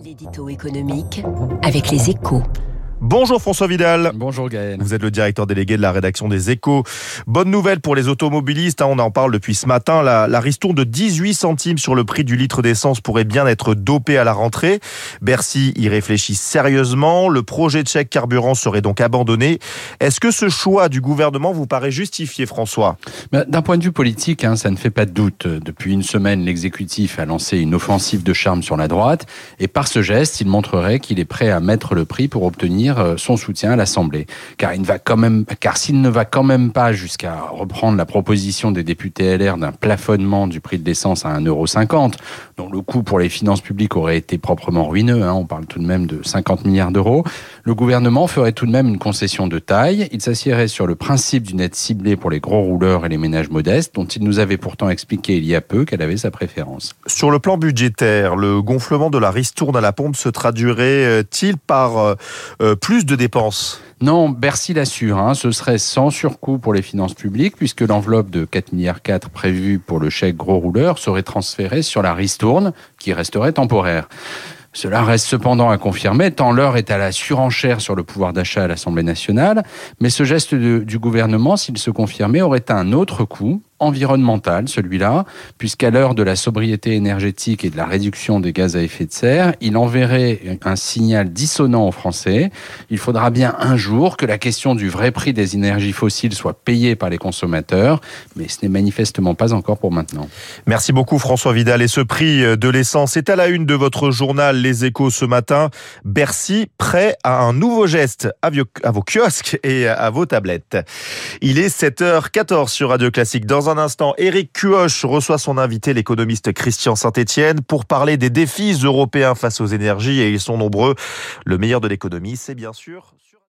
L'édito économique avec Les Échos. Bonjour François Vidal. Bonjour Gaël. Vous êtes le directeur délégué de la rédaction des Échos. Bonne nouvelle pour les automobilistes, on en parle depuis ce matin. La ristourne de 18 centimes sur le prix du litre d'essence pourrait bien être dopée à la rentrée. Bercy y réfléchit sérieusement. Le projet de chèque carburant serait donc abandonné. Est-ce que ce choix du gouvernement vous paraît justifié, François ? D'un point de vue politique, ça ne fait pas de doute. Depuis une semaine, l'exécutif a lancé une offensive de charme sur la droite. Et par ce geste, il montrerait qu'il est prêt à mettre le prix pour obtenir son soutien à l'Assemblée. Car s'il ne va quand même pas jusqu'à reprendre la proposition des députés LR d'un plafonnement du prix de l'essence à 1,50 €, dont le coût pour les finances publiques aurait été proprement ruineux, on parle tout de même de 50 milliards d'euros, le gouvernement ferait tout de même une concession de taille. Il s'assierait sur le principe d'une aide ciblée pour les gros rouleurs et les ménages modestes, dont il nous avait pourtant expliqué il y a peu qu'elle avait sa préférence. Sur le plan budgétaire, le gonflement de la ristourne à la pompe se traduirait-il par plus de dépenses ? Non, Bercy l'assure, ce serait sans surcoût pour les finances publiques puisque l'enveloppe de 4,4 milliards prévue pour le chèque gros rouleur serait transférée sur la ristourne qui resterait temporaire. Cela reste cependant à confirmer, tant l'heure est à la surenchère sur le pouvoir d'achat à l'Assemblée nationale, mais ce geste du gouvernement, s'il se confirmait, aurait un autre coût environnemental, celui-là, puisqu'à l'heure de la sobriété énergétique et de la réduction des gaz à effet de serre, il enverrait un signal dissonant aux Français. Il faudra bien un jour que la question du vrai prix des énergies fossiles soit payée par les consommateurs, mais ce n'est manifestement pas encore pour maintenant. Merci beaucoup François Vidal. Et ce prix de l'essence est à la une de votre journal Les Échos ce matin. Bercy prêt à un nouveau geste à vos kiosques et à vos tablettes. Il est 7h14 sur Radio Classique. Dans un instant, Éric Cuoche reçoit son invité, l'économiste Christian Saint-Etienne, pour parler des défis européens face aux énergies, et ils sont nombreux. Le meilleur de l'économie, c'est bien sûr...